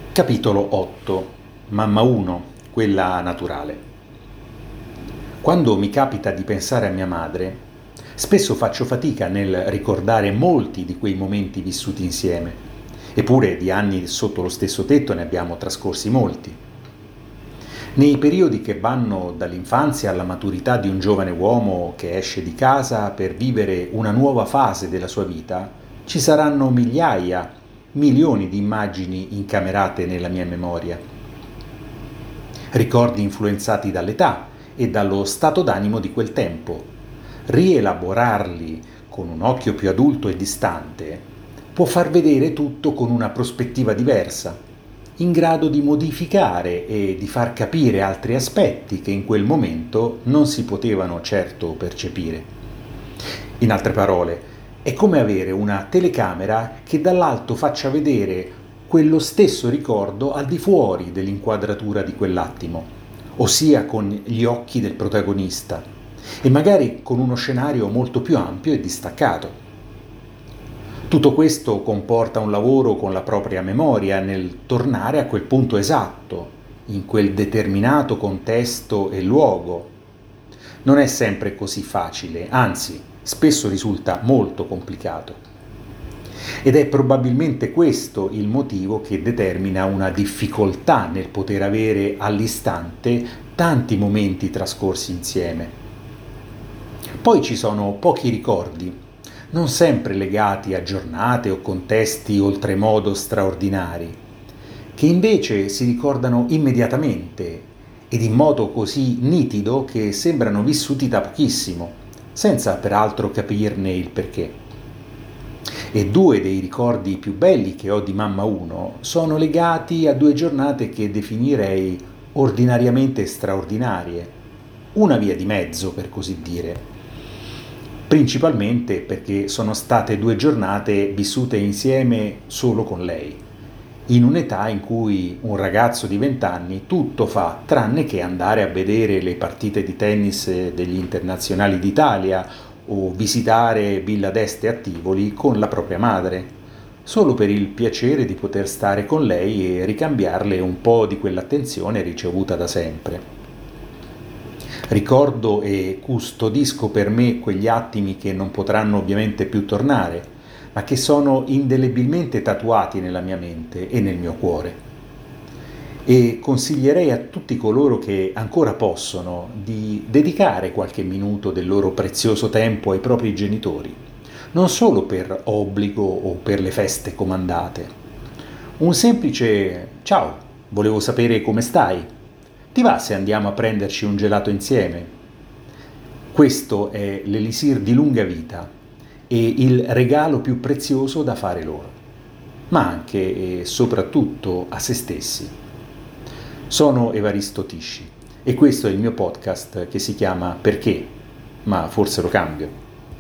Capitolo 8. Mamma 1, quella naturale. Quando mi capita di pensare a mia madre, spesso faccio fatica nel ricordare molti di quei momenti vissuti insieme. Eppure di anni sotto lo stesso tetto ne abbiamo trascorsi molti. Nei periodi che vanno dall'infanzia alla maturità di un giovane uomo che esce di casa per vivere una nuova fase della sua vita, ci saranno migliaia, milioni di immagini incamerate nella mia memoria. Ricordi influenzati dall'età e dallo stato d'animo di quel tempo. Rielaborarli con un occhio più adulto e distante può far vedere tutto con una prospettiva diversa, in grado di modificare e di far capire altri aspetti che in quel momento non si potevano certo percepire. In altre parole, è come avere una telecamera che dall'alto faccia vedere quello stesso ricordo al di fuori dell'inquadratura di quell'attimo, ossia con gli occhi del protagonista, e magari con uno scenario molto più ampio e distaccato. Tutto questo comporta un lavoro con la propria memoria nel tornare a quel punto esatto, in quel determinato contesto e luogo. Non è sempre così facile, anzi, spesso risulta molto complicato. Ed è probabilmente questo il motivo che determina una difficoltà nel poter avere all'istante tanti momenti trascorsi insieme. Poi ci sono pochi ricordi, non sempre legati a giornate o contesti oltremodo straordinari, che invece si ricordano immediatamente ed in modo così nitido che sembrano vissuti da pochissimo, senza peraltro capirne il perché. E due dei ricordi più belli che ho di mamma 1 sono legati a due giornate che definirei ordinariamente straordinarie, una via di mezzo per così dire, principalmente perché sono state due giornate vissute insieme solo con lei, in un'età in cui un ragazzo di 20 anni tutto fa tranne che andare a vedere le partite di tennis degli internazionali d'Italia o visitare Villa d'Este a Tivoli con la propria madre, solo per il piacere di poter stare con lei e ricambiarle un po' di quell'attenzione ricevuta da sempre. Ricordo e custodisco per me quegli attimi che non potranno ovviamente più tornare, ma che sono indelebilmente tatuati nella mia mente e nel mio cuore. E consiglierei a tutti coloro che ancora possono di dedicare qualche minuto del loro prezioso tempo ai propri genitori, non solo per obbligo o per le feste comandate. Un semplice ciao, volevo sapere come stai. Ti va se andiamo a prenderci un gelato insieme? Questo è l'elisir di lunga vita e il regalo più prezioso da fare loro, ma anche e soprattutto a se stessi. Sono Evaristo Tisci e questo è il mio podcast che si chiama Perché? Ma forse lo cambio.